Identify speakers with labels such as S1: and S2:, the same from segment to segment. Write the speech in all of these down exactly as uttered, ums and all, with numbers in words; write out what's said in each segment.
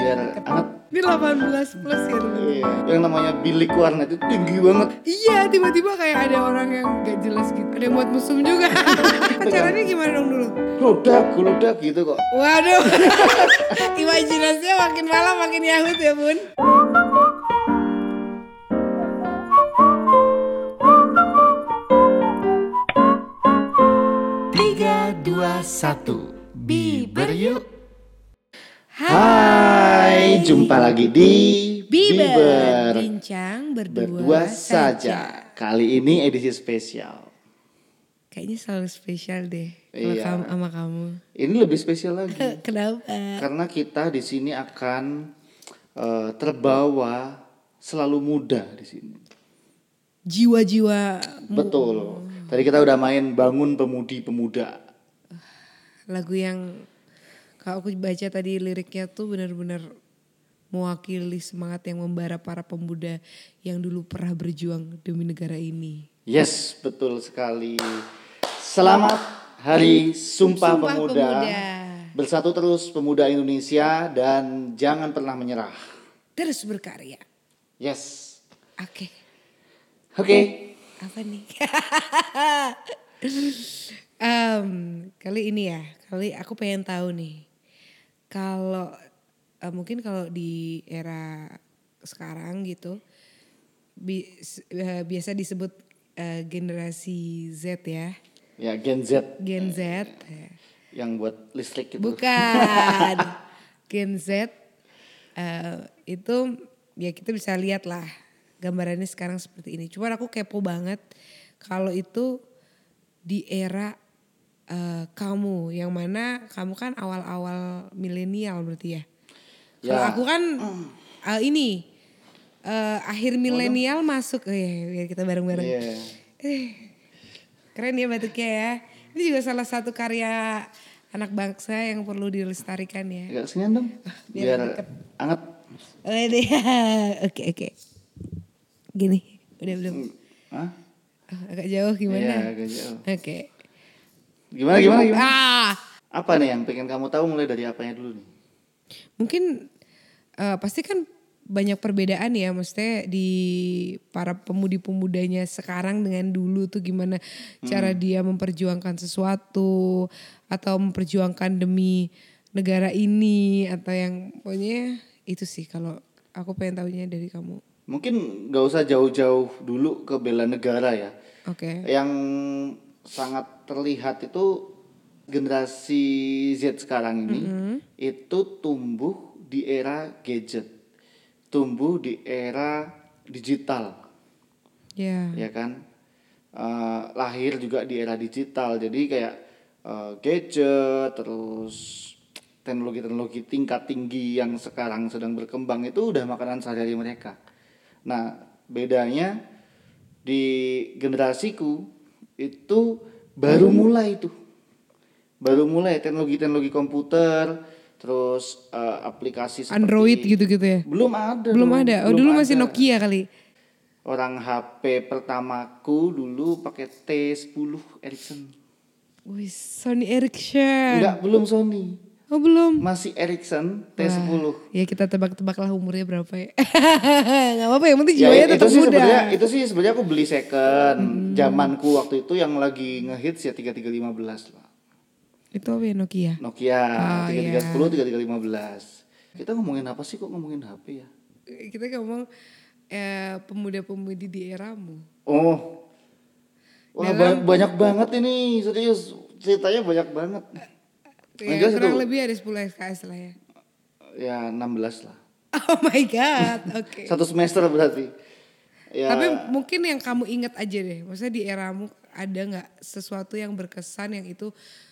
S1: biar hangat.
S2: Ini delapan belas plus ya teman-teman.
S1: Iya, yang namanya bilik warnet itu tinggi banget.
S2: Iya, tiba-tiba kayak ada orang yang gak jelas gitu. Ada yang buat mesum juga. Caranya gimana dong dulu?
S1: Geludak, geludak gitu kok.
S2: Waduh. Imajinasinya makin malam makin yahut ya bun.
S1: Tiga, dua, satu, Biber yuk.
S2: Hai,
S1: Hai, jumpa lagi di
S2: Biber, bincang berdua,
S1: berdua saja.
S2: saja.
S1: Kali ini edisi spesial.
S2: Kayaknya selalu spesial deh kalau
S1: Iya.
S2: kamu sama kamu.
S1: Ini lebih spesial lagi.
S2: Kenapa?
S1: Karena kita di sini akan uh, terbawa selalu muda di sini.
S2: Jiwa-jiwa.
S1: Betul. Tadi kita udah main Bangun Pemudi Pemuda.
S2: Lagu yang kalau aku baca tadi liriknya tuh benar-benar mewakili semangat yang membara para pemuda yang dulu pernah berjuang demi negara ini.
S1: Yes, betul sekali. Selamat Hari Sumpah,
S2: Sumpah
S1: Pemuda.
S2: Pemuda.
S1: Bersatu terus pemuda Indonesia dan jangan pernah menyerah.
S2: Terus berkarya.
S1: Yes.
S2: Oke.
S1: Oke.
S2: Apa nih? um, kali ini ya, kali aku pengen tahu nih. Kalau uh, mungkin kalau di era sekarang gitu bi, uh, biasa disebut uh, generasi Z ya.
S1: Ya, Gen Z.
S2: Gen Z.
S1: Yang buat listrik itu.
S2: Bukan. Gen Z uh, itu ya kita bisa lihat lah gambarannya sekarang seperti ini. Cuma aku kepo banget kalau itu di era uh, kamu, yang mana kamu kan awal-awal milenial berarti ya. Ya. Kalau aku kan uh, ini uh, akhir milenial oh, masuk, oh, ya, biar kita bareng-bareng. Yeah. Eh, keren ya batuknya ya. Ini juga salah satu karya anak bangsa yang perlu dilestarikan ya.
S1: Agak senyum dong, biar, biar hangat.
S2: Oke oke. Gini, udah belum?
S1: Hah?
S2: Oh, agak jauh gimana?
S1: Iya, agak jauh.
S2: Oke. Okay.
S1: Gimana gimana gimana?
S2: Ah.
S1: Apa nih yang pengen kamu tahu mulai dari apanya dulu nih?
S2: Mungkin uh, pasti kan banyak perbedaan ya, maksudnya di para pemudi-pemudanya sekarang dengan dulu tuh gimana hmm. cara dia memperjuangkan sesuatu atau memperjuangkan demi negara ini atau yang pokoknya itu sih kalau aku pengen tahunya dari kamu.
S1: Mungkin gak usah jauh-jauh dulu ke bela negara ya.
S2: Oke. Okay.
S1: Yang sangat terlihat itu generasi Z sekarang ini mm-hmm. itu tumbuh di era gadget, tumbuh di era digital.
S2: Ya.
S1: Yeah. Ya kan, uh, lahir juga di era digital. Jadi kayak uh, gadget, terus teknologi-teknologi tingkat tinggi yang sekarang sedang berkembang itu udah makanan sehari-hari mereka. Nah, bedanya di generasiku itu baru mulai itu. Baru mulai teknologi-teknologi komputer, terus uh, aplikasi seperti
S2: Android gitu-gitu ya?
S1: Belum ada.
S2: Belum dulu. ada. Oh, belum dulu ada. Masih Nokia kali.
S1: Orang H P pertamaku dulu pakai T sepuluh Ericsson.
S2: Wih, Sony Ericsson.
S1: Enggak, belum Sony.
S2: Oh belum.
S1: Masih Ericsson T sepuluh.
S2: Wah, ya kita tebak-tebak lah umurnya berapa ya. Gak apa-apa yang penting
S1: ya,
S2: jiwanya tetap
S1: sih
S2: muda.
S1: Itu sih sebenarnya aku beli second. Hmm. Zamanku waktu itu yang lagi ngehits ya tiga tiga lima belas lah.
S2: Itu apa ya, Nokia?
S1: Nokia oh, tiga tiga sepuluh, tiga tiga lima belas. Kita ngomongin apa sih kok ngomongin H P ya?
S2: Kita ngomong eh, pemuda-pemudi di eramu.
S1: Oh. Wah, Dalam... banyak banget ini, serius. Ceritanya banyak banget.
S2: Ya, kurang itu, lebih ada sepuluh S K S lah ya.
S1: Ya enam belas lah.
S2: Oh my god, oke. Okay.
S1: Satu semester berarti.
S2: Ya. Tapi mungkin yang kamu ingat aja deh, maksudnya di eramu ada gak sesuatu yang berkesan yang itu,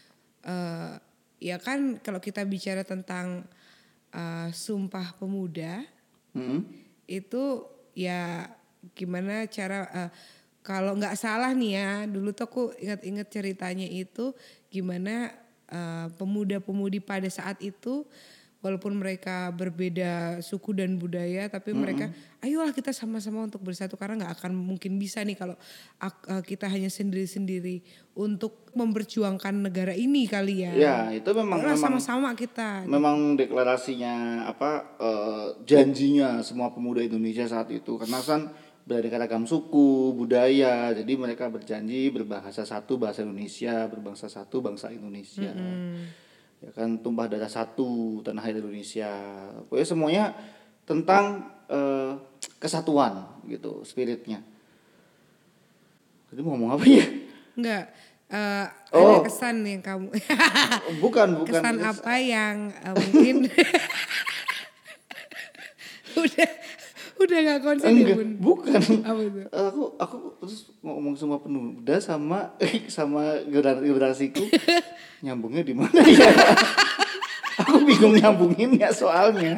S2: uh, ya kan kalau kita bicara tentang uh, Sumpah Pemuda, mm-hmm. itu ya gimana cara, uh, kalau gak salah nih ya, dulu tuh aku ingat-ingat ceritanya itu gimana Uh, pemuda-pemudi pada saat itu walaupun mereka berbeda suku dan budaya, tapi mm-hmm. mereka ayolah kita sama-sama untuk bersatu, karena nggak akan mungkin bisa nih kalau uh, kita hanya sendiri-sendiri untuk memperjuangkan negara ini kali ya.
S1: Ya itu memang
S2: ayolah
S1: memang
S2: sama-sama kita.
S1: Memang gitu. Deklarasinya apa uh, janjinya semua pemuda Indonesia saat itu, karena kan beraneka ragam suku, budaya, jadi mereka berjanji berbahasa satu, bahasa Indonesia, berbangsa satu, bangsa Indonesia. Mm-hmm. Ya kan, tumpah darah satu tanah air Indonesia. Pokoknya semuanya tentang uh, kesatuan gitu spiritnya. Tadi mau ngomong apa ya?
S2: Enggak. Uh,
S1: oh.
S2: Ada kesan yang kamu.
S1: bukan bukan.
S2: Kesan apa yang uh, mungkin udah udah nggak konsen ya Bun?
S1: Bukan.
S2: Apa itu?
S1: Aku aku terus ngomong semua pemuda sama sama generasiku nyambungnya di mana ya? Aku bingung nyambunginnya soalnya.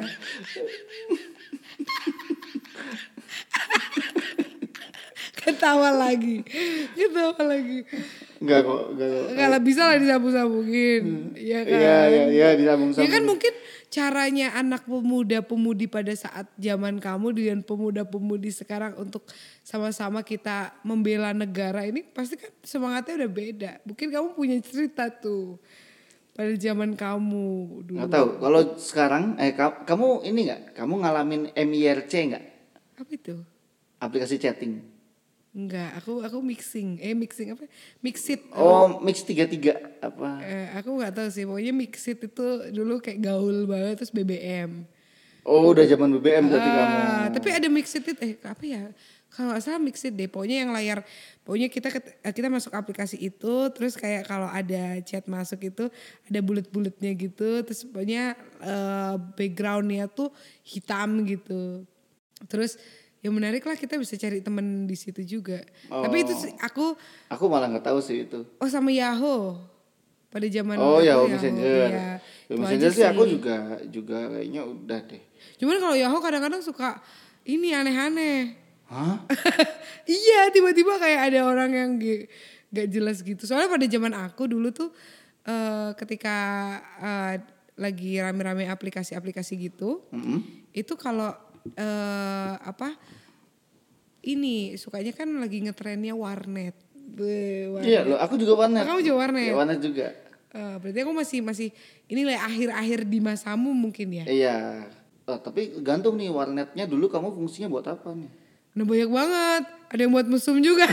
S2: Ketawa lagi, ketawa lagi.
S1: Enggak kok, enggak kok.
S2: Kalau bisa lah disambung-sambungin, hmm. ya kan?
S1: Iya, iya, iya disambung-sambungin.
S2: Ya kan mungkin caranya anak pemuda-pemudi pada saat zaman kamu dengan pemuda-pemudi sekarang untuk sama-sama kita membela negara ini pasti kan semangatnya udah beda. Mungkin kamu punya cerita tuh pada zaman kamu dulu.
S1: Nggak tahu. Kalau sekarang, eh kamu ini nggak? Kamu ngalamin M I R C nggak?
S2: Apa itu?
S1: Aplikasi chatting.
S2: Enggak, aku aku mixing. Eh mixing apa? Mixit.
S1: Oh, Mix tiga puluh tiga apa?
S2: Eh, aku enggak tahu sih. Pokoknya Mixit itu dulu kayak gaul banget, terus B B M.
S1: Oh, udah zaman B B M berarti
S2: uh,
S1: kamu.
S2: Tapi ada Mixit itu eh apa ya? Kalau enggak salah Mixit deh. Pokoknya yang layar, pokoknya kita kita masuk aplikasi itu, terus kayak kalau ada chat masuk itu ada bulet-buletnya gitu, terus pokoknya uh, backgroundnya tuh hitam gitu. Terus yang menarik lah kita bisa cari teman di situ juga. Oh. Tapi itu aku
S1: aku malah nggak tahu sih itu.
S2: Oh sama Yahoo pada zaman.
S1: Oh Yahoo Messenger.
S2: Ya,
S1: Yahoo Messenger sih aku juga juga kayaknya udah deh.
S2: Cuman kalau Yahoo kadang-kadang suka ini aneh-aneh.
S1: Hah?
S2: Iya tiba-tiba kayak ada orang yang g- gak jelas gitu. Soalnya pada zaman aku dulu tuh uh, ketika uh, lagi rame-rame aplikasi-aplikasi gitu, mm-hmm. itu kalau Uh, apa ini sukanya kan lagi ngetrennya warnet. Be, warnet.
S1: Iya loh, aku juga warnet.
S2: Oh, kamu juga warnet.
S1: Ya, warnet juga.
S2: Uh, berarti aku masih masih inilah akhir-akhir di masamu mungkin ya.
S1: Iya. Oh, tapi gantung nih warnetnya dulu kamu fungsinya buat apa nih?
S2: Nah banyak banget. Ada yang buat mesum juga.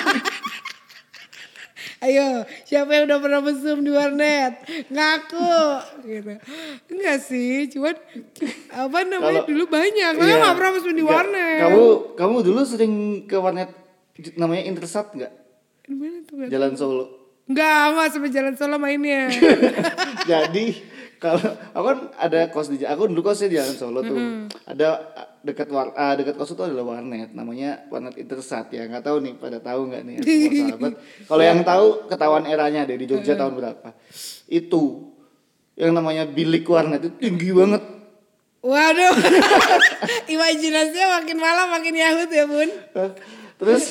S2: Ayo, siapa yang udah pernah mesum di warnet? Ngaku gitu. Enggak sih, cuman apa namanya kalo, dulu banyak. Iya, gak pernah mesum di warnet.
S1: Kamu kamu dulu sering ke warnet namanya Intersat enggak?
S2: Dimana tuh?
S1: Jalan Solo.
S2: Enggak, enggak sampai Jalan Solo mainnya.
S1: Jadi kalau aku kan ada kos di aku dulu kosnya di Jalan Solo tuh. Mm-hmm. Ada dekat war, uh, dekat kos itu adalah warnet, namanya warnet Intersat ya. Nggak tahu nih pada tahu nggak nih ya, sahabat. Kalau yang tahu ketahuan eranya deh di Jogja tahun berapa. Itu yang namanya bilik warnet itu tinggi banget.
S2: Waduh. Imajinasinya makin malam makin yahut ya, Bun.
S1: Terus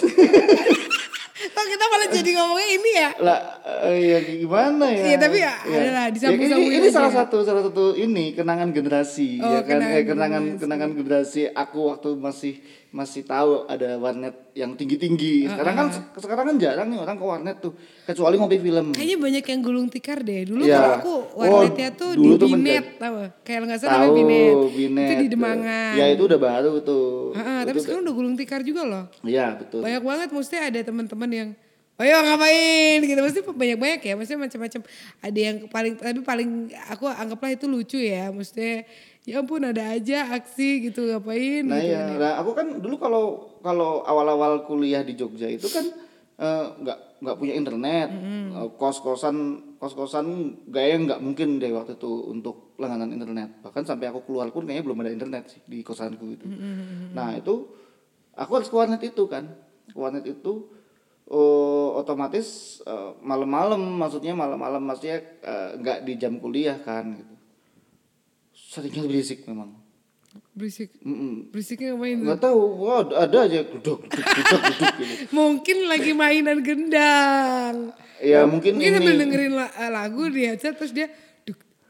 S2: kok kita malah jadi ngomongnya ini ya?
S1: Lah, uh, ya gimana ya?
S2: Iya tapi ya, ya. adalah disambung-sambung.
S1: Ya, ini, ini salah satu salah satu ini kenangan generasi,
S2: oh,
S1: ya kan?
S2: Kenangan
S1: eh, kenangan
S2: generasi.
S1: kenangan generasi. Aku waktu masih masih tahu ada warnet yang tinggi-tinggi. Sekarang kan uh-uh. sekarang kan jarang nih orang ke warnet tuh, kecuali ngopi film.
S2: Kayaknya banyak yang gulung tikar deh. Dulu
S1: ya.
S2: kalau aku warnetnya oh, tuh di Binet, tahu? Kayak nggak salah namanya Binet.
S1: Binet.
S2: Itu di Demangan.
S1: Ya itu udah baru tuh.
S2: Uh-uh, tapi sekarang udah gulung tikar juga loh.
S1: Iya betul.
S2: Banyak banget, mesti ada teman-teman yang ayo ngapain gitu, mesti banyak-banyak ya, maksudnya macam-macam. Ada yang paling, tapi paling aku anggaplah itu lucu ya, maksudnya ya ampun ada aja aksi gitu ngapain.
S1: Nah
S2: gitu
S1: ya,
S2: kan.
S1: nah aku kan dulu kalau kalau awal-awal kuliah di Jogja itu kan nggak uh, nggak punya internet, mm-hmm. uh, kos-kosan kos-kosan gaya nggak mungkin deh waktu itu untuk langganan internet. Bahkan sampai aku keluar pun kayaknya belum ada internet sih di kosanku itu. Mm-hmm. Nah itu aku harus ke warnet itu kan, ke warnet itu. Oh, otomatis uh, malam-malam, maksudnya malam-malam maksudnya nggak uh, di jam kuliah kan gitu. Seringnya berisik memang.
S2: Berisik.
S1: Mm-mm.
S2: Berisiknya ngapain?
S1: Nggak tahu, wah, ada aja duduk duduk duduk duduk gitu.
S2: Mungkin lagi mainan gendang.
S1: Ya mungkin,
S2: mungkin
S1: ini.
S2: sambil dengerin lagu dia, terus dia duk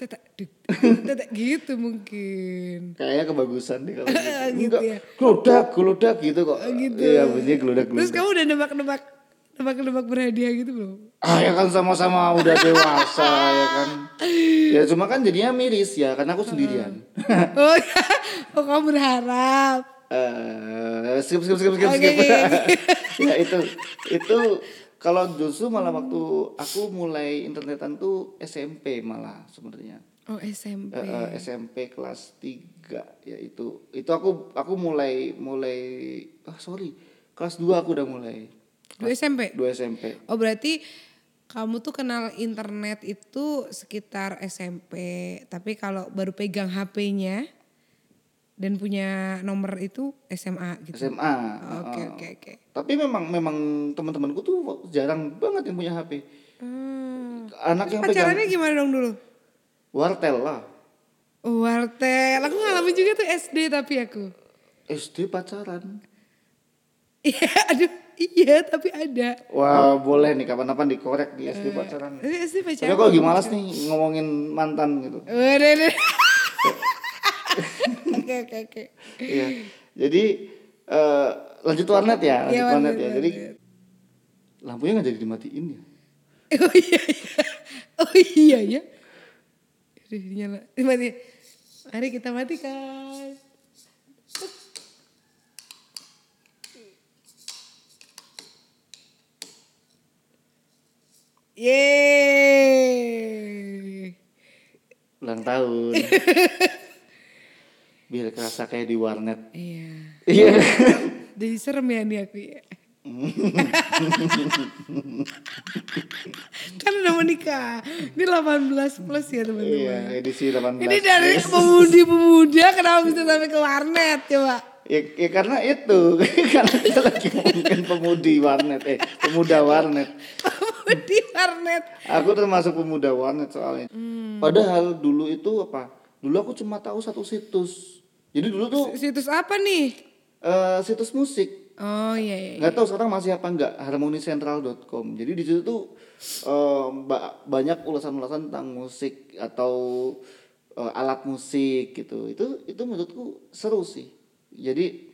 S2: tetek duk, tetek gitu mungkin.
S1: Kayaknya kebagusan deh kalau gitu.
S2: Gitu
S1: Enggak,
S2: ya.
S1: gelodak, gelodak gitu kok.
S2: Gitu.
S1: Iya, bunyinya gelodak,
S2: Terus
S1: gelodak.
S2: kamu udah nebak-nebak nebak-nebak berhadiah gitu belum?
S1: Ah ya kan sama-sama udah dewasa ya kan. Ya cuma kan jadinya miris ya karena aku sendirian.
S2: Oh, ya. Oh kamu berharap.
S1: Eh, skip skip skip skip
S2: Oke,
S1: skip.
S2: oke, oke.
S1: Ya itu itu kalau justru malah waktu aku mulai internetan tuh S M P malah sebenarnya.
S2: Oh S M P.
S1: Eh, eh, S M P kelas tiga ya itu. Itu aku aku mulai mulai ah sorry, kelas dua aku udah mulai.
S2: Dua S M P?
S1: Dua S M P.
S2: Oh berarti kamu tuh kenal internet itu sekitar S M P. Tapi kalau baru pegang H P-nya dan punya nomor itu S M A gitu.
S1: S M A.
S2: Oke
S1: eh,
S2: oke oke.
S1: Tapi memang memang teman-temanku tuh jarang banget yang punya H P.
S2: Hmm.
S1: Anak
S2: Terus
S1: yang pegang
S2: pacarannya gimana dong dulu?
S1: wartel lah.
S2: Oh, wartel. Aku ngalamin juga tuh S D tapi aku.
S1: S D pacaran.
S2: Iya, aduh, iya tapi ada.
S1: Wah, boleh nih kapan-kapan dikorek di S D pacaran.
S2: Tapi S D
S1: Tapi
S2: pacaran.
S1: aku lagi malas nih ngomongin mantan gitu.
S2: Udah, udah. Oke oke oke.
S1: Iya. Jadi eh, lanjut warnet ya, lanjut
S2: Iya,
S1: warnet
S2: warnet,
S1: ya. Jadi
S2: warnet.
S1: lampunya nggak jadi dimatiin ya.
S2: Oh iya iya. Oh iya ya. Udah nyala. Mati. Mari kita matikan. Yeay.
S1: Ulang tahun. Biar kerasa kayak di warnet.
S2: Iya.
S1: Iya.
S2: Jadi serem ya nih aku ya. Kan udah mau nikah. Ini delapan belas plus ya
S1: Iya,
S2: teman-teman.
S1: edisi delapan belas.
S2: Ini dari pemudi-pemuda kenapa bisa sampai ke warnet coba?
S1: Ya, ya karena itu, karena kita lagi ngomongin pemudi warnet, eh pemuda warnet.
S2: Pemudi warnet.
S1: Aku termasuk pemuda warnet soalnya.
S2: Hmm.
S1: Padahal dulu itu apa? Dulu aku cuma tahu satu situs. Jadi dulu tuh
S2: Situs apa nih?
S1: eh, situs musik.
S2: Oh iya iya.
S1: Nggak tahu sekarang masih apa enggak, harmonicentral dot com. Jadi di situ tuh eh, ba- banyak ulasan-ulasan tentang musik atau eh, alat musik gitu. Itu itu menurutku seru sih. Jadi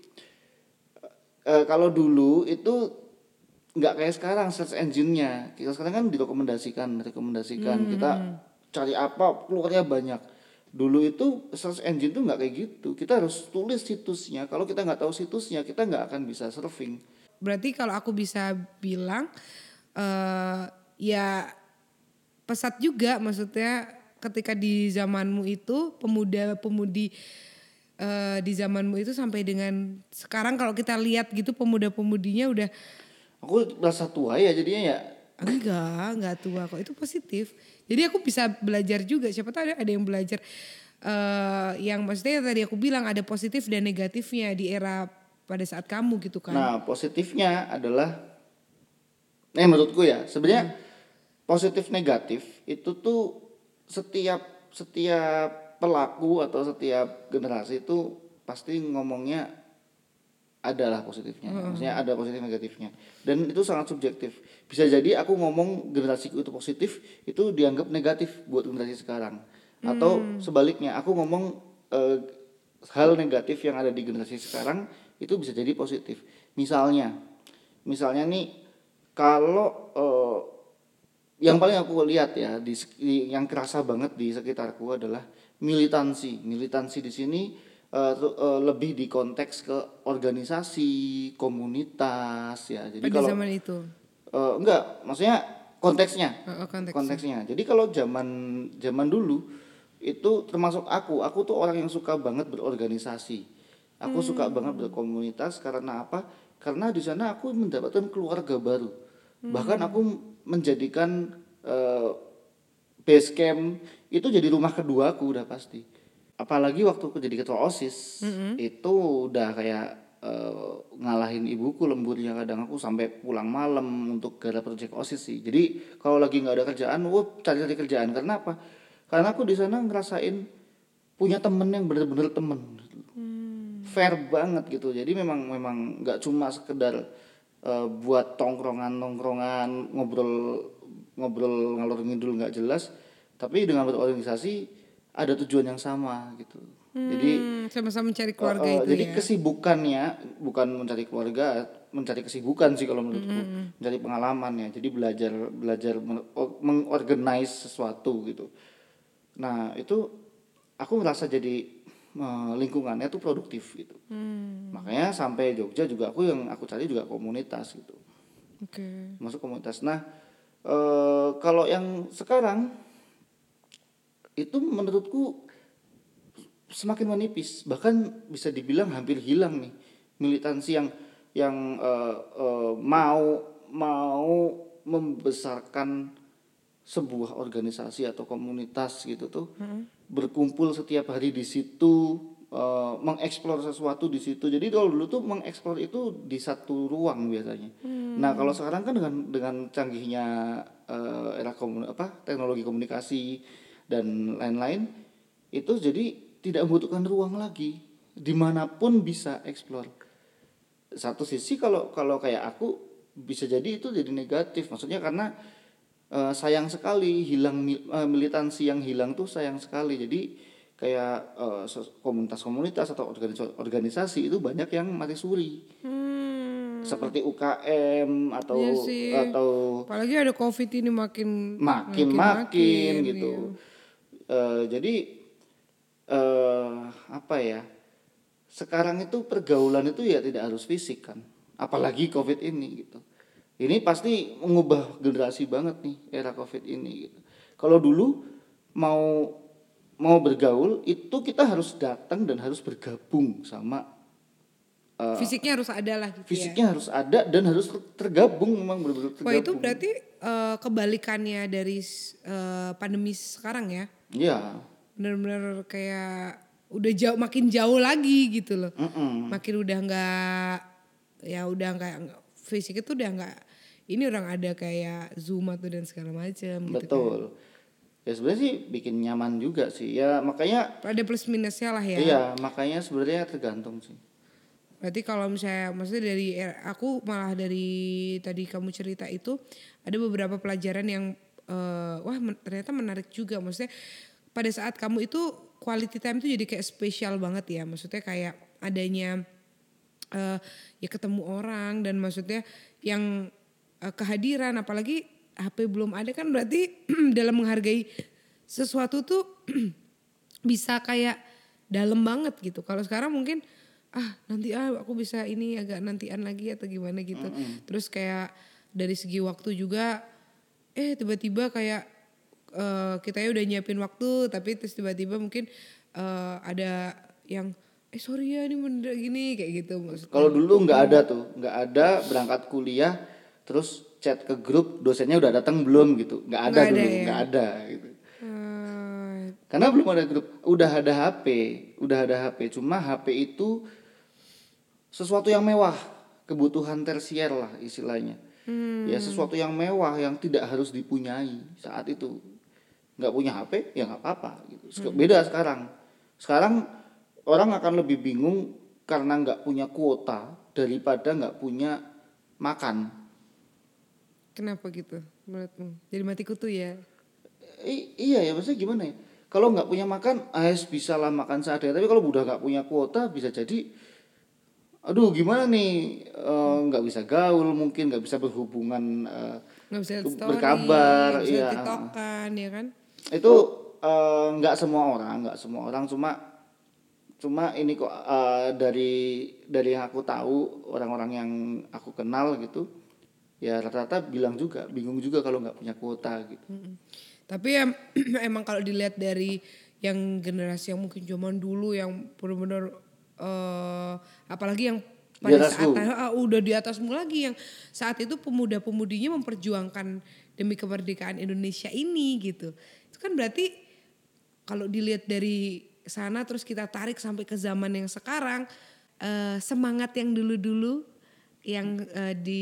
S1: eh, kalau dulu itu nggak kayak sekarang search engine-nya. Kita sekarang kan direkomendasikan, rekomendasikan. Kita cari apa keluarnya banyak. Dulu itu search engine tuh nggak kayak gitu. Kita harus tulis situsnya. Kalau kita nggak tahu situsnya, kita nggak akan bisa surfing.
S2: Berarti kalau aku bisa bilang eh ya pesat juga, maksudnya ketika di zamanmu itu pemuda-pemudi eh, di zamanmu itu sampai dengan sekarang kalau kita lihat gitu pemuda-pemudinya udah
S1: Aku rasa tua ya jadinya ya.
S2: enggak, enggak tua kok, itu positif. Jadi aku bisa belajar juga, siapa tahu ada, ada yang belajar eh yang maksudnya tadi aku bilang ada positif dan negatifnya di era pada saat kamu gitu kan.
S1: Nah positifnya adalah, eh menurutku ya sebenarnya positif negatif itu tuh setiap setiap pelaku atau setiap generasi itu pasti ngomongnya adalah positifnya, maksudnya ada positif negatifnya dan itu sangat subjektif. Bisa jadi aku ngomong generasiku itu positif itu dianggap negatif buat generasi sekarang, atau sebaliknya aku ngomong eh, hal negatif yang ada di generasi sekarang itu bisa jadi positif. Misalnya, misalnya nih kalau eh, yang paling aku lihat ya di, di yang kerasa banget di sekitarku adalah militansi. Militansi di sini uh, uh, lebih di konteks ke organisasi, komunitas ya. Jadi
S2: Pada
S1: kalau
S2: zaman itu.
S1: uh, enggak, maksudnya konteksnya.
S2: Oh, oh, konteksnya.
S1: Konteksnya. Jadi kalau zaman zaman dulu itu termasuk aku, aku tuh orang yang suka banget berorganisasi. Aku hmm. suka banget berkomunitas karena apa? Karena di sana aku mendapatkan keluarga baru. Hmm. Bahkan aku menjadikan uh, base camp itu jadi rumah kedua aku udah pasti. Apalagi waktu aku jadi ketua OSIS, mm-hmm. itu udah kayak uh, ngalahin ibuku lemburnya. Kadang aku sampai pulang malam untuk gara project OSIS sih. Jadi kalau lagi nggak ada kerjaan, wup cari-cari kerjaan. Karena apa? Karena aku di sana ngerasain punya temen yang bener-bener temen, hmm. fair banget gitu. Jadi memang memang nggak cuma sekedar uh, buat tongkrongan-tongkrongan ngobrol ngobrol ngalor ngidul nggak jelas, tapi dengan berorganisasi ada tujuan yang sama gitu. Hmm, jadi
S2: sama-sama mencari keluarga
S1: uh, uh,
S2: itu
S1: jadi
S2: ya.
S1: kesibukannya bukan mencari keluarga, mencari kesibukan sih kalau menurutku, hmm. mencari pengalaman ya. Jadi belajar belajar mengorganize sesuatu gitu. Nah itu aku merasa jadi uh, lingkungannya tuh produktif gitu. Hmm. Makanya sampai Jogja juga aku yang aku cari juga komunitas gitu. Oke. Okay. Masuk komunitas. Nah uh, kalau yang sekarang itu menurutku semakin menipis, bahkan bisa dibilang hampir hilang nih militansi yang yang uh, uh, mau mau membesarkan sebuah organisasi atau komunitas gitu tuh, hmm. berkumpul setiap hari di situ, uh, mengeksplor sesuatu di situ. Jadi kalau dulu tuh mengeksplor itu di satu ruang biasanya. Hmm. Nah kalau sekarang kan dengan dengan canggihnya uh, era komun apa teknologi komunikasi dan lain-lain, itu jadi tidak membutuhkan ruang lagi, dimanapun bisa eksplor. Satu sisi kalau kalau kayak aku bisa jadi itu jadi negatif, maksudnya karena uh, sayang sekali hilang uh, militansi yang hilang tuh sayang sekali. Jadi kayak uh, komunitas-komunitas atau organisasi itu banyak yang mati suri. Hmm. Seperti U K M atau
S2: iya sih.
S1: atau
S2: apalagi ada Covid ini makin
S1: makin makin, makin gitu. Iya. Uh, jadi uh, apa ya? Sekarang itu pergaulan itu ya tidak harus fisik kan, apalagi Covid ini gitu. Ini pasti mengubah generasi banget nih era Covid ini gitu. Kalau dulu mau mau bergaul itu kita harus datang dan harus bergabung sama uh,
S2: fisiknya harus ada lah gitu.
S1: Fisiknya ya. Harus ada dan harus tergabung, memang benar-benar tergabung.
S2: Wah itu berarti uh, kebalikannya dari uh, pandemi sekarang ya?
S1: Iya.
S2: Benar-benar kayak udah jauh makin jauh lagi gitu loh. Mm-mm. Makin udah nggak ya udah nggak fisik itu udah nggak ini orang ada kayak Zoom atau dan segala macam gitu.
S1: Betul. Kan. Ya sebenarnya sih bikin nyaman juga sih. Ya makanya
S2: ada plus minusnya lah ya.
S1: Iya, makanya sebenarnya tergantung sih.
S2: Berarti kalau misalnya maksudnya dari aku malah dari tadi kamu cerita itu ada beberapa pelajaran yang uh, wah men- ternyata menarik juga. Maksudnya pada saat kamu itu quality time itu jadi kayak spesial banget ya. Maksudnya kayak adanya uh, ya ketemu orang dan maksudnya yang uh, kehadiran apalagi H P belum ada kan berarti dalam menghargai sesuatu tuh bisa kayak dalam banget gitu. Kalau sekarang mungkin ah nanti ah aku bisa ini agak nantian lagi atau gimana gitu. Mm-hmm. Terus kayak dari segi waktu juga eh tiba-tiba kayak Uh, kita ya udah nyiapin waktu tapi terus tiba-tiba mungkin uh, ada yang eh sorry ya ini bener gini kayak gitu.
S1: Kalau dulu nggak ada tuh, nggak ada berangkat kuliah terus chat ke grup dosennya udah datang belum gitu, nggak ada gak dulu, nggak ada, ya? ada gitu. Uh, Karena belum ada grup, udah ada H P, udah ada H P, cuma H P itu sesuatu yang mewah, kebutuhan tersier lah istilahnya. Hmm. Ya sesuatu yang mewah yang tidak harus dipunyai saat itu. Nggak punya H P ya nggak apa-apa gitu. Beda sekarang. Sekarang orang akan lebih bingung karena nggak punya kuota daripada nggak punya makan.
S2: Kenapa gitu menurutmu? Jadi mati kutu ya?
S1: I- iya ya maksudnya gimana ya? Kalau nggak punya makan, ah bisa lah makan seadanya. Tapi kalau udah nggak punya kuota bisa jadi, aduh gimana nih nggak uh, bisa gaul mungkin nggak bisa berhubungan uh,
S2: nggak bisa story,
S1: berkabar,
S2: nggak bisa
S1: ya.
S2: tiktokan ya kan?
S1: Itu nggak uh, semua orang, nggak semua orang cuma cuma ini kok uh, dari dari yang aku tahu orang-orang yang aku kenal gitu ya rata-rata bilang juga bingung juga kalau nggak punya kuota gitu.
S2: Mm-hmm. Tapi ya emang kalau dilihat dari yang generasi yang mungkin zaman dulu yang benar-benar uh, apalagi yang pada saat uh, udah di atasmu lagi yang saat itu pemuda-pemudinya memperjuangkan demi kemerdekaan Indonesia ini gitu. Itu kan berarti kalau dilihat dari sana terus kita tarik sampai ke zaman yang sekarang uh, semangat yang dulu-dulu yang uh, di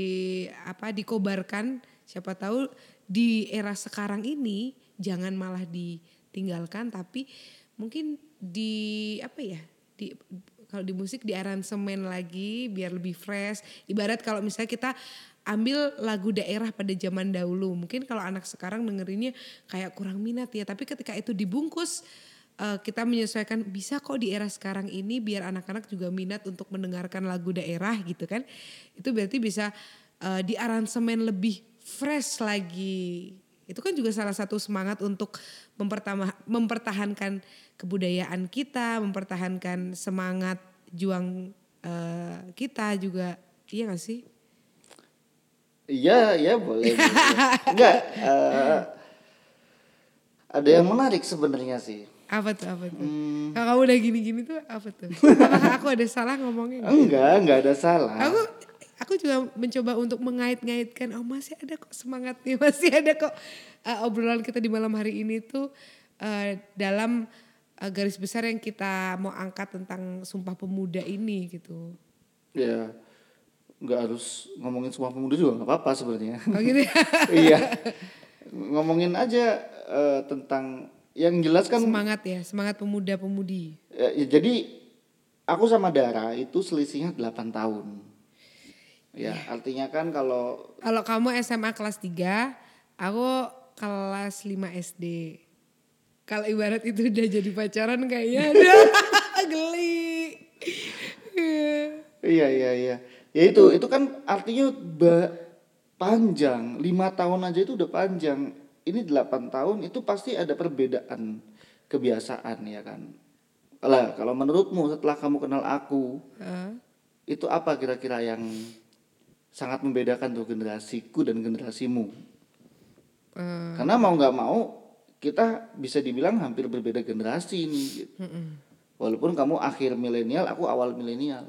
S2: apa dikobarkan siapa tahu di era sekarang ini jangan malah ditinggalkan tapi mungkin di apa ya di kalau di musik di aransemen lagi biar lebih fresh. Ibarat kalau misalnya kita ambil lagu daerah pada zaman dahulu. Mungkin kalau anak sekarang dengerinnya kayak kurang minat ya. Tapi ketika itu dibungkus, uh, kita menyesuaikan bisa kok di era sekarang ini biar anak-anak juga minat untuk mendengarkan lagu daerah gitu kan. Itu berarti bisa uh, di aransemen lebih fresh lagi. Itu kan juga salah satu semangat untuk mempertahankan kebudayaan kita, mempertahankan semangat juang uh, kita juga. Iya gak sih?
S1: Iya, iya boleh. boleh. Enggak, uh, ada yang menarik sebenarnya sih.
S2: Apa tuh, apa tuh?
S1: Hmm.
S2: Kalau kamu udah gini-gini tuh apa tuh? Apakah aku ada salah ngomongnya?
S1: Enggak, enggak ada salah.
S2: Aku aku juga mencoba untuk mengait-ngaitkan, oh masih ada kok semangatnya, masih ada kok uh, obrolan kita di malam hari ini tuh uh, dalam uh, garis besar yang kita mau angkat tentang Sumpah Pemuda ini gitu.
S1: Ya. Nggak harus ngomongin Sumpah Pemuda juga nggak apa-apa sebenarnya.
S2: Oh gitu ya?
S1: Iya, ngomongin aja uh, tentang yang jelas kan
S2: semangat ya, semangat pemuda-pemudi.
S1: Ya, ya, jadi aku sama Dara itu selisihnya delapan tahun. Ya, ya. Artinya kan kalau
S2: kalau kamu S M A kelas tiga, aku kelas lima S D. Kalau ibarat itu udah jadi pacaran kayaknya ada geli.
S1: Iya iya iya. Ya itu itu kan artinya ba- panjang, lima tahun aja itu udah panjang. Ini delapan tahun itu pasti ada perbedaan kebiasaan ya kan. Lah kalau menurutmu setelah kamu kenal aku, uh. itu apa kira-kira yang sangat membedakan tuh generasiku dan generasimu? Uh. Karena mau nggak mau kita bisa dibilang hampir berbeda generasi nih. Gitu. Uh-uh. Walaupun kamu akhir milenial, aku awal milenial.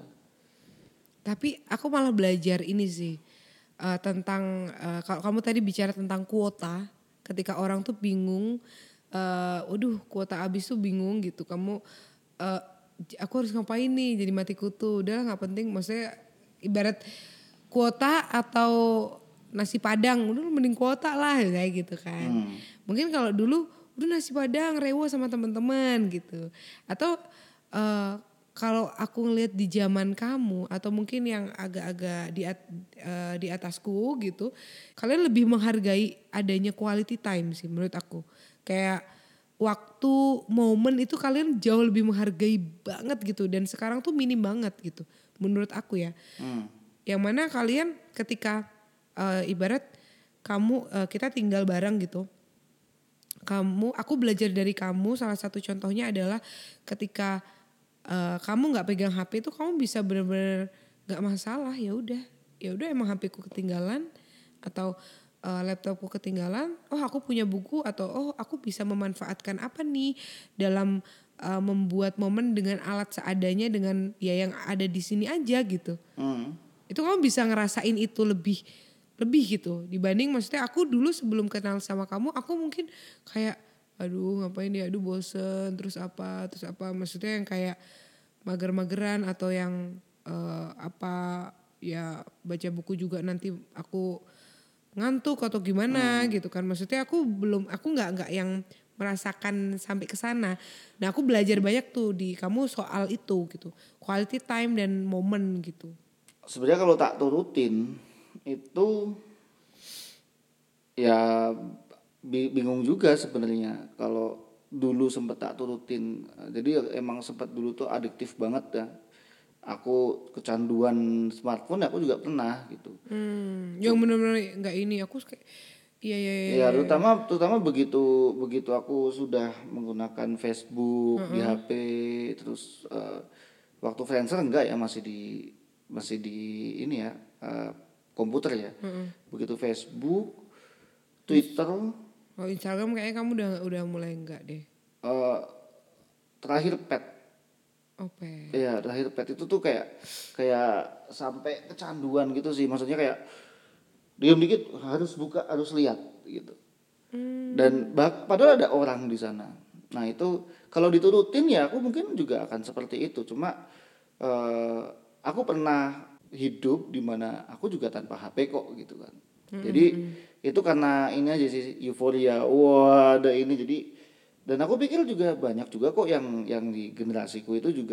S2: Tapi aku malah belajar ini sih uh, tentang uh, kalau kamu tadi bicara tentang kuota, ketika orang tuh bingung, uh, waduh kuota habis tuh bingung gitu. Kamu, uh, aku harus ngapain nih? Jadi mati kutu. Udah nggak penting. Maksudnya ibarat kuota atau nasi padang, udah mending kuota lah kayak gitu kan. Hmm. Mungkin kalau dulu udah nasi padang rewo sama teman-teman gitu. Atau uh, kalau aku ngelihat di zaman kamu atau mungkin yang agak-agak di at, uh, di atasku gitu, kalian lebih menghargai adanya quality time sih menurut aku. Kayak waktu, momen itu kalian jauh lebih menghargai banget gitu, dan sekarang tuh minim banget gitu menurut aku ya. Hmm. Yang mana kalian ketika uh, ibarat kamu uh, kita tinggal bareng gitu. Kamu, aku belajar dari kamu, salah satu contohnya adalah ketika Uh, kamu nggak pegang H P itu kamu bisa benar-benar nggak masalah, ya udah ya udah emang H P ku ketinggalan atau uh, laptopku ketinggalan, oh aku punya buku atau oh aku bisa memanfaatkan apa nih dalam uh, membuat momen dengan alat seadanya dengan ya yang ada di sini aja gitu. Hmm. Itu kamu bisa ngerasain itu lebih lebih gitu dibanding maksudnya aku dulu sebelum kenal sama kamu aku mungkin kayak aduh ngapain ya, aduh bosen, terus apa, terus apa, maksudnya yang kayak mager-mageran atau yang uh, apa ya baca buku juga nanti aku ngantuk atau gimana hmm. gitu kan, maksudnya aku belum, aku nggak nggak yang merasakan sampai ke sana. Nah aku belajar banyak tuh di kamu soal itu gitu, quality time dan momen gitu.
S1: Sebenarnya kalau tak turutin itu ya bingung juga sebenarnya kalau dulu sempat tak turutin. Jadi emang sempat dulu tuh adiktif banget ya. Aku kecanduan smartphone, aku juga pernah gitu.
S2: Hmm, yang benar-benar nggak ini aku kayak iya iya iya.
S1: Ya terutama terutama begitu begitu aku sudah menggunakan Facebook uh-uh. di H P, terus uh, waktu Friendster enggak ya, masih di masih di ini ya uh, komputer ya. Uh-uh. Begitu Facebook, Twitter.
S2: Oh Instagram kayaknya kamu udah udah mulai enggak deh.
S1: Uh, terakhir pet.
S2: Oh pet.
S1: Iya terakhir pet itu tuh kayak kayak sampai kecanduan gitu sih. Maksudnya kayak diam dikit harus buka, harus lihat gitu. Hmm. Dan bah, padahal ada orang di sana. Nah itu kalau diturutin ya aku mungkin juga akan seperti itu. Cuma uh, aku pernah hidup di mana aku juga tanpa H P kok gitu kan. Hmm. Jadi itu karena ini aja sih, euforia, wah ada ini, jadi dan aku pikir juga banyak juga kok yang yang di generasiku itu juga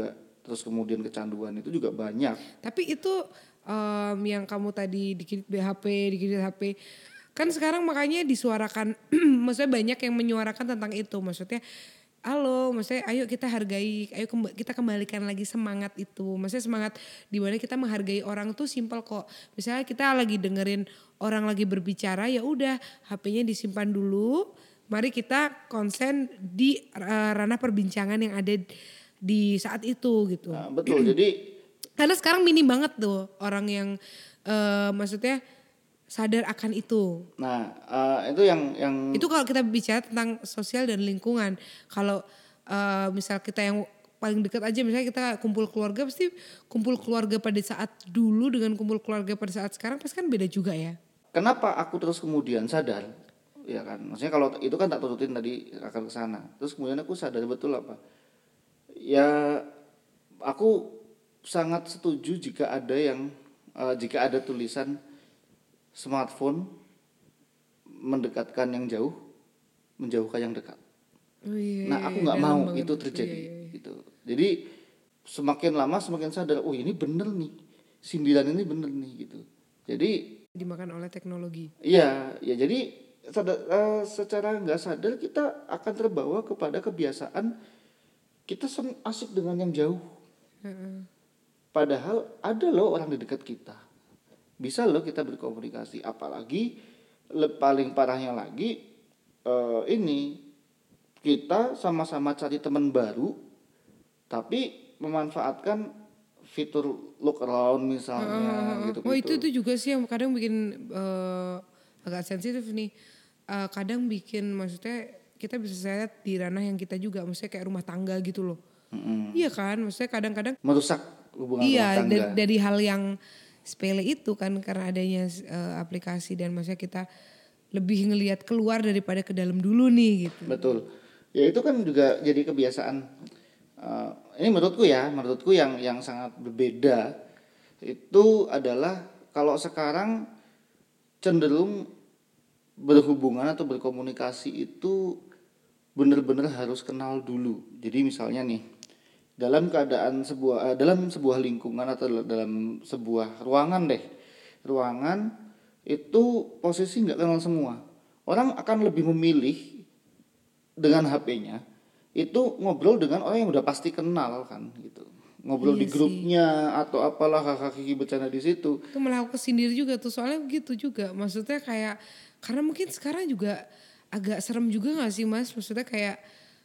S1: terus kemudian kecanduan itu juga banyak.
S2: Tapi itu um, yang kamu tadi dikit B H P, dikit H P. Kan sekarang makanya disuarakan, maksudnya banyak yang menyuarakan tentang itu. Maksudnya, halo, maksudnya ayo kita hargai, ayo kemb- kita kembalikan lagi semangat itu. Maksudnya semangat dimana kita menghargai orang tuh simpel kok. Misalnya kita lagi dengerin orang lagi berbicara, ya udah H P-nya disimpan dulu. Mari kita konsen di uh, ranah perbincangan yang ada di saat itu gitu.
S1: Nah, betul. Jadi
S2: Karena sekarang minim banget tuh orang yang uh, maksudnya sadar akan itu.
S1: nah uh, itu yang yang
S2: Itu kalau kita bicara tentang sosial dan lingkungan. Kalau uh, misal kita yang paling dekat aja, misalnya kita kumpul keluarga, pasti kumpul keluarga pada saat dulu dengan kumpul keluarga pada saat sekarang pasti kan beda juga ya.
S1: kenapa aku terus kemudian sadar, ya kan? Maksudnya kalau itu kan tak turutin tadi akan ke sana. Terus kemudian aku sadar betul apa? Ya aku sangat setuju jika ada yang uh, jika ada tulisan smartphone mendekatkan yang jauh, menjauhkan yang dekat.
S2: Oh iya,
S1: Nah, aku
S2: iya,
S1: nggak
S2: dalam
S1: mau
S2: banget.
S1: itu terjadi,
S2: Iya, iya, iya.
S1: gitu. Jadi semakin lama semakin sadar, oh ini bener nih, sindiran ini bener nih, gitu. Jadi
S2: Dimakan oleh teknologi.
S1: iya, ya jadi sadar, eh, secara nggak sadar kita akan terbawa kepada kebiasaan kita sen- asik dengan yang jauh.
S2: Heeh.
S1: Padahal ada loh orang di dekat kita. Bisa loh kita berkomunikasi. Apalagi le- paling parahnya lagi eh, ini kita sama-sama cari teman baru, tapi memanfaatkan fitur look around misalnya
S2: Heeh. Oh itu
S1: gitu-gitu.
S2: itu juga sih yang kadang bikin eh, agak sensitif nih. Eh, kadang bikin maksudnya kita bisa lihat di ranah yang kita juga, maksudnya kayak rumah tangga gitu loh.
S1: Mm-mm.
S2: Iya kan, maksudnya kadang-kadang
S1: Merusak hubungan rumah
S2: iya dari,
S1: tangga.
S2: dari hal yang sepele itu kan karena adanya eh, aplikasi dan maksudnya kita lebih ngelihat keluar daripada ke dalam dulu nih gitu.
S1: Betul. Ya itu kan juga jadi kebiasaan. Eh, ini menurutku ya, menurutku yang yang sangat berbeda itu adalah kalau sekarang cenderung berhubungan atau berkomunikasi itu benar-benar harus kenal dulu. Jadi misalnya nih, dalam keadaan sebuah eh, dalam sebuah lingkungan atau dalam sebuah ruangan deh, ruangan itu posisi nggak kenal semua. Orang akan lebih memilih dengan H P-nya itu ngobrol dengan orang yang udah pasti kenal kan gitu. Ngobrol
S2: Iya
S1: di
S2: sih.
S1: grupnya atau apalah kakak kiki bercanda di situ.
S2: Itu malah aku kesindir juga tuh soalnya begitu juga. Maksudnya kayak karena mungkin sekarang juga agak serem juga gak sih Mas? Maksudnya kayak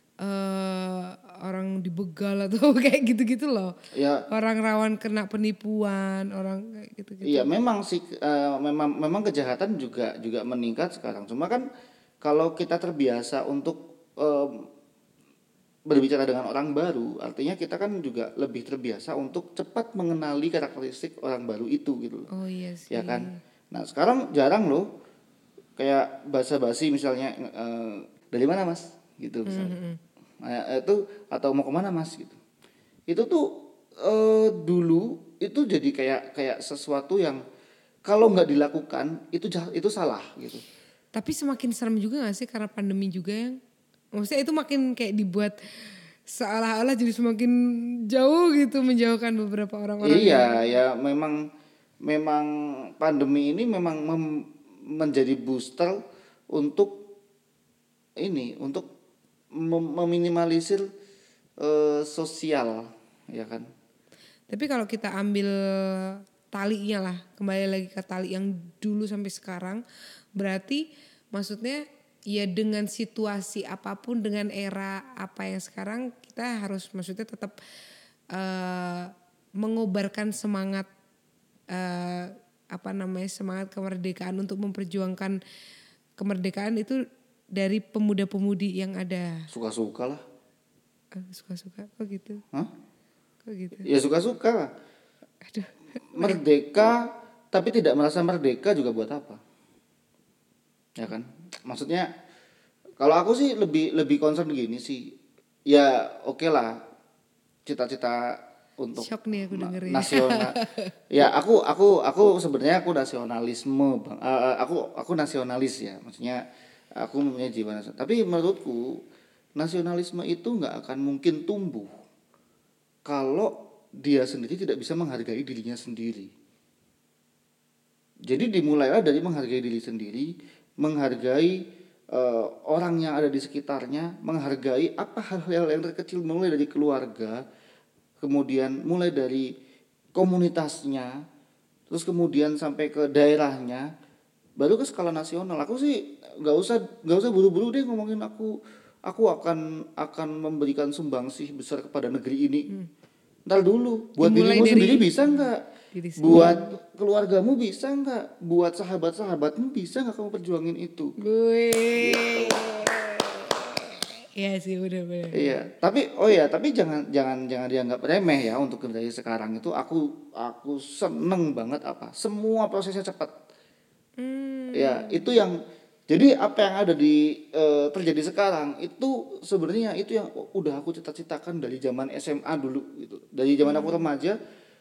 S2: eh orang dibegal atau kayak gitu-gitu loh.
S1: Ya
S2: Orang rawan kena penipuan, orang kayak
S1: iya
S2: gitu-gitu.
S1: memang sih eh, memang memang kejahatan juga juga meningkat sekarang. Cuma kan kalau kita terbiasa untuk em, berbicara dengan orang baru, artinya kita kan juga lebih terbiasa untuk cepat mengenali karakteristik orang baru itu gitu loh.
S2: Oh iya
S1: Ya
S2: sih.
S1: kan? Nah, sekarang jarang loh kayak basa-basi misalnya eh, dari mana Mas gitu misalnya.
S2: Mhm.
S1: Nah, itu atau mau kemana Mas gitu. Itu tuh eh, dulu itu jadi kayak kayak sesuatu yang kalau nggak dilakukan itu jah- itu salah gitu.
S2: Tapi semakin serem juga gak sih karena pandemi juga yang maksudnya itu makin kayak dibuat seolah-olah jadi semakin jauh gitu menjauhkan beberapa orang-orang yang
S1: Iya, ya memang memang pandemi ini memang mem- menjadi booster untuk ini untuk mem- meminimalisir eh, sosial, ya kan?
S2: tapi kalau kita ambil talinya lah, kembali lagi ke tali yang dulu sampai sekarang, berarti maksudnya ya dengan situasi apapun, dengan era apa yang sekarang kita harus maksudnya tetap eh, mengobarkan semangat eh, apa namanya semangat kemerdekaan untuk memperjuangkan kemerdekaan itu dari pemuda-pemudi yang ada.
S1: Suka-suka lah.
S2: Eh, suka-suka kok gitu,
S1: Hah?
S2: kok gitu.
S1: Ya suka-suka lah.
S2: Aduh.
S1: Merdeka tapi tidak merasa merdeka juga buat apa? Ya kan? Maksudnya kalau aku sih lebih lebih concern gini sih. Ya oke lah cita-cita untuk
S2: Shock nih aku
S1: na-
S2: dengernya.
S1: nasional. Ya aku aku aku sebenarnya aku nasionalisme bang. Eh, eh, aku aku nasionalis ya. Maksudnya aku mempunyai jiwa nasional. Tapi menurutku nasionalisme itu nggak akan mungkin tumbuh kalau dia sendiri tidak bisa menghargai dirinya sendiri. Jadi dimulailah dari menghargai diri sendiri, menghargai uh, orang yang ada di sekitarnya, menghargai apa hal-hal yang terkecil, mulai dari keluarga, kemudian mulai dari komunitasnya, terus kemudian sampai ke daerahnya, baru ke skala nasional. Aku sih nggak usah nggak usah buru-buru deh ngomongin aku aku akan akan memberikan sumbangsih besar kepada negeri ini. Hmm. Ntar dulu, buat
S2: Dimulai
S1: dirimu
S2: dari
S1: sendiri bisa nggak?
S2: diri sendiri.
S1: Buat keluargamu bisa nggak? Buat sahabat-sahabatmu bisa nggak kamu perjuangin itu?
S2: Gue.
S1: Gitu.
S2: Iya sih, benar-benar.
S1: Iya, tapi oh ya, tapi jangan jangan jangan dianggap remeh ya untuk generasi sekarang itu. Aku aku seneng banget apa? Semua prosesnya cepat.
S2: Hmm.
S1: Ya, itu yang jadi apa yang ada di e, terjadi sekarang itu sebenarnya itu yang udah aku cita-citakan dari zaman S M A dulu gitu. Dari zaman aku remaja,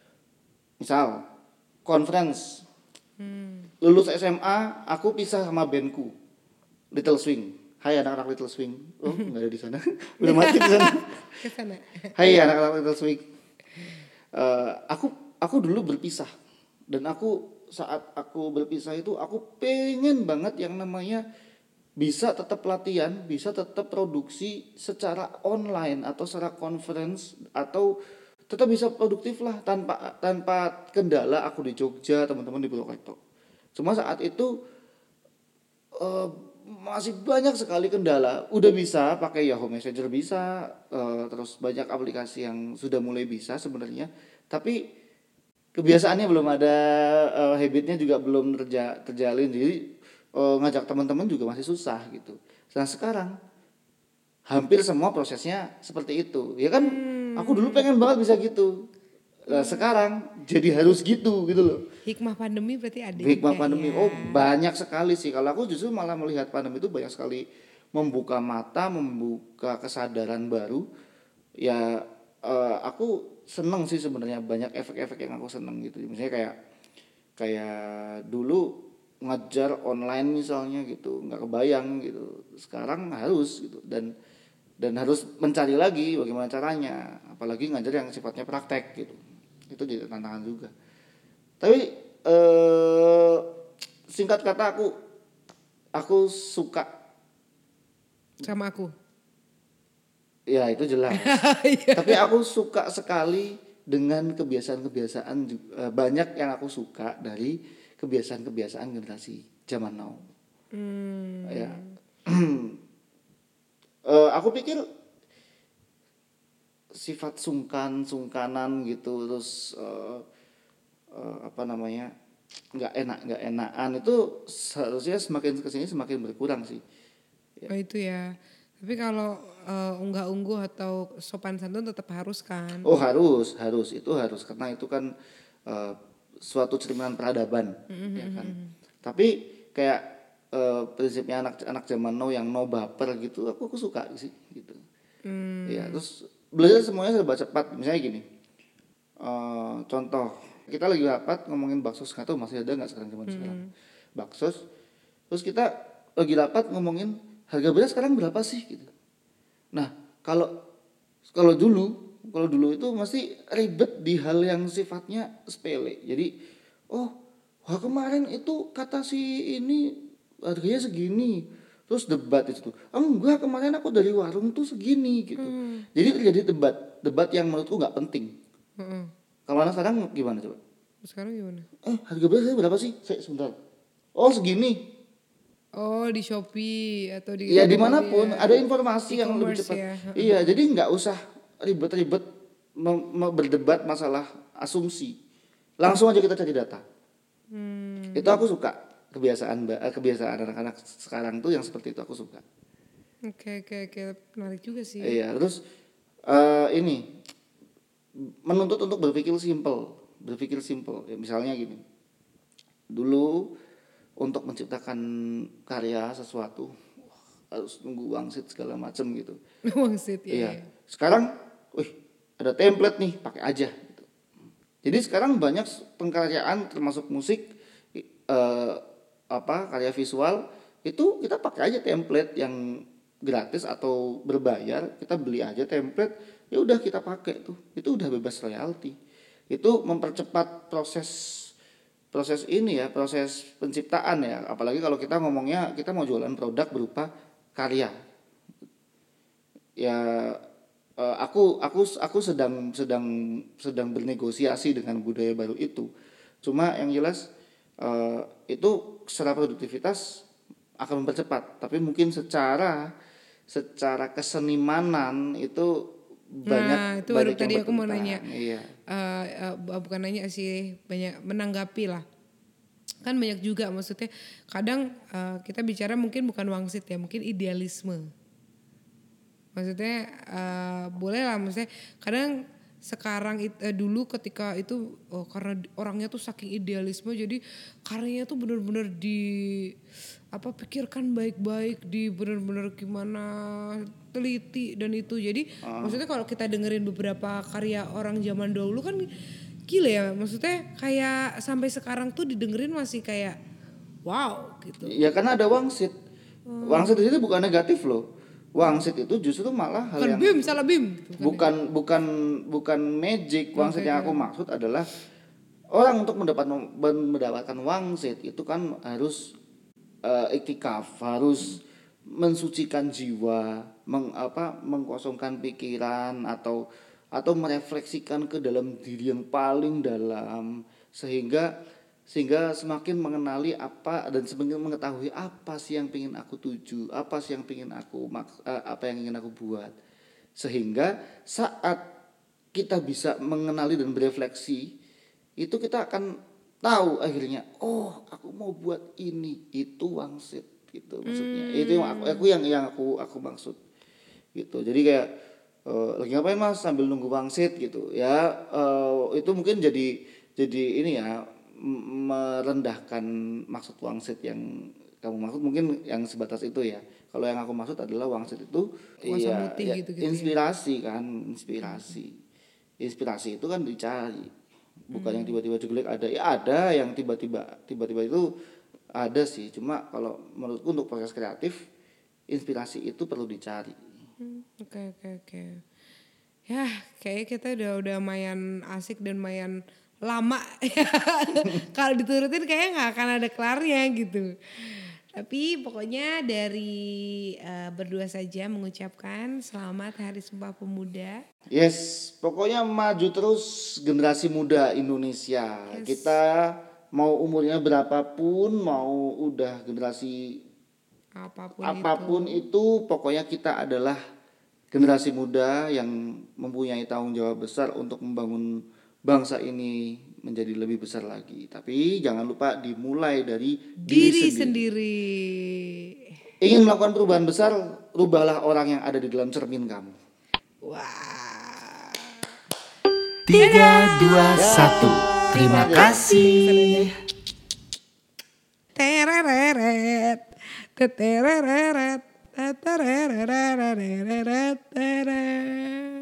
S1: misal conference, hmm. lulus S M A aku pisah sama bandku Little Swing. Hai anak-anak Little Swing. Oh, enggak ada di sana. Udah mati di sana.
S2: Ke sana.
S1: Hai anak-anak Little Swing. Uh, aku aku dulu berpisah dan aku saat aku berpisah itu aku pengen banget yang namanya bisa tetap latihan, bisa tetap produksi secara online atau secara conference atau tetap bisa produktif lah tanpa tanpa kendala. Aku di Jogja, teman-teman di Purwokerto. Cuma saat itu uh, masih banyak sekali kendala. Udah bisa pakai Yahoo Messenger bisa, uh, terus banyak aplikasi yang sudah mulai bisa sebenarnya, tapi kebiasaannya belum ada, uh, habitnya juga belum terja, terjalin. Jadi uh, ngajak teman-teman juga masih susah gitu. Nah sekarang hampir semua prosesnya seperti itu. Ya kan hmm. aku dulu pengen banget bisa gitu. Nah, sekarang jadi harus gitu gitu loh.
S2: Hikmah pandemi berarti ada.
S1: Hikmah
S2: juga
S1: pandemi.
S2: Ya.
S1: Oh, banyak sekali sih. Kalau aku justru malah melihat pandemi itu banyak sekali membuka mata, membuka kesadaran baru. Ya uh, aku seneng sih sebenarnya, banyak efek-efek yang aku seneng gitu. Misalnya kayak kayak dulu ngajar online misalnya gitu, nggak kebayang gitu. Sekarang harus gitu, dan dan harus mencari lagi bagaimana caranya, apalagi ngajar yang sifatnya praktek gitu. Itu jadi tantangan juga. Tapi eh, singkat kata aku aku suka
S2: sama aku.
S1: Ya itu jelas. Tapi aku suka sekali dengan kebiasaan-kebiasaan uh, banyak yang aku suka dari kebiasaan-kebiasaan generasi zaman now. Hmm. Ya. uh, aku pikir sifat sungkan, sungkanan gitu, terus uh, uh, apa namanya, nggak enak, nggak enakan itu seharusnya semakin kesini semakin berkurang sih.
S2: Ya. Oh itu ya. Tapi kalau uh, unggah-ungguh atau sopan santun tetap harus kan?
S1: Oh harus, harus itu harus karena itu kan uh, suatu cerminan peradaban, mm-hmm. ya kan. Tapi kayak uh, prinsipnya anak-anak zaman now yang no baper gitu, aku aku suka sih gitu. Mm. Ya terus belajar semuanya serba cepat. Misalnya gini, uh, contoh kita lagi rapat ngomongin baksos, nggak tahu masih ada nggak sekarang zaman mm. sekarang baksos. Terus kita lagi rapat ngomongin harga beras sekarang berapa sih gitu. Nah, kalau kalau dulu, kalau dulu itu masih ribet di hal yang sifatnya sepele. Jadi, oh, wah kemarin itu kata si ini harganya segini. Terus debat itu tuh. Oh, enggak, kemarin aku dari warung tuh segini gitu. Hmm. Jadi terjadi debat, debat yang menurutku enggak penting. Hmm. Kalau anak sekarang gimana coba?
S2: Sekarang gimana?
S1: Eh, harga berasnya berapa sih? Saya sebentar. Oh, segini.
S2: Oh di Shopee atau di
S1: Iya dimanapun ya. Ada informasi yang lebih cepat. Ya. Iya jadi nggak usah ribet-ribet mem- mem- berdebat masalah asumsi. Langsung aja kita cari data. Hmm. Itu aku suka kebiasaan kebiasaan anak-anak sekarang tuh yang seperti itu aku suka.
S2: Oke oke oke menarik juga sih.
S1: Iya terus uh, ini menuntut untuk berpikir simple, berpikir simple. Ya, misalnya gini, dulu untuk menciptakan karya sesuatu harus nunggu wangsit segala macam gitu.
S2: Wangsit ya.
S1: Iya. Sekarang, wih ada template nih, pakai aja. Gitu. Jadi sekarang banyak pengkaryaan termasuk musik, eh, apa karya visual itu kita pakai aja template yang gratis atau berbayar, kita beli aja template, ya udah kita pakai tuh, itu udah bebas royalti. itu mempercepat proses proses ini ya, proses penciptaan ya. Apalagi kalau kita ngomongnya kita mau jualan produk berupa karya. Ya eh, aku aku aku sedang sedang sedang bernegosiasi dengan budaya baru itu. Cuma yang jelas eh, itu secara produktivitas akan mempercepat, tapi mungkin secara secara kesenimanan itu banyak
S2: Nah itu baru
S1: banyak yang
S2: tadi aku mau
S1: bertentangan.
S2: nanya.
S1: Iya.
S2: Uh, uh, bukan nanya sih, banyak menanggapi lah. Kan banyak juga maksudnya kadang uh, kita bicara mungkin bukan wangsit ya, mungkin idealisme. Maksudnya uh, boleh lah, maksudnya kadang sekarang it, uh, dulu ketika itu oh, karena orangnya tuh saking idealisme jadi karyanya tuh benar-benar di apa pikirkan baik-baik, di benar-benar gimana teliti dan itu. Jadi uh. maksudnya kalau kita dengerin beberapa karya orang zaman dahulu kan gila ya, maksudnya kayak sampai sekarang tuh didengerin masih kayak wow gitu.
S1: Ya karena ada wangsit. Hmm. Wangsit di sini bukan negatif loh. Wangsit itu justru malah hal
S2: bukan
S1: yang
S2: bim, salah bim.
S1: Bukan bukan bukan magic. Wangsit okay, yang aku maksud adalah orang untuk mendapat mendapatkan wangsit itu kan harus uh, iktikaf, harus mensucikan jiwa, meng, apa mengkosongkan pikiran atau atau merefleksikan ke dalam diri yang paling dalam sehingga sehingga semakin mengenali apa dan semakin mengetahui apa sih yang ingin aku tuju, apa sih yang ingin aku apa yang ingin aku buat, sehingga saat kita bisa mengenali dan berefleksi itu kita akan tahu akhirnya oh aku mau buat ini, itu wangsit gitu maksudnya. Hmm. Itu yang aku, aku yang yang aku aku maksud gitu. Jadi kayak uh, lagi ngapain mas sambil nunggu wangsit gitu ya, uh, itu mungkin jadi jadi ini ya merendahkan maksud wangsit yang kamu maksud, mungkin yang sebatas itu ya. Kalau yang aku maksud adalah wangsit itu iya, ya, gitu, gitu, inspirasi ya. Kan inspirasi inspirasi itu kan dicari, bukan hmm. yang tiba-tiba jelek ada ya, ada yang tiba-tiba tiba-tiba itu ada sih. Cuma kalau menurutku untuk proses kreatif inspirasi itu perlu dicari.
S2: Oke oke oke ya kayak kita udah udah mayan asik dan mayan lama kalau diturutin kayaknya nggak akan ada kelarnya gitu. Tapi pokoknya dari uh, berdua saja mengucapkan selamat Hari Sumpah Pemuda.
S1: Yes, pokoknya maju terus generasi muda Indonesia. Yes. Kita mau umurnya berapapun, mau udah generasi
S2: apapun,
S1: apapun itu. itu, pokoknya kita adalah generasi muda yang mempunyai tanggung jawab besar untuk membangun bangsa ini menjadi lebih besar lagi. Tapi jangan lupa dimulai dari diri, diri sendiri. sendiri. Ingin melakukan perubahan besar, rubahlah orang yang ada di dalam cermin kamu.
S2: Wah.
S3: Tiga, dua, satu. Terima kasih.
S2: Tereret, tereret, tereret, tereret, tereret.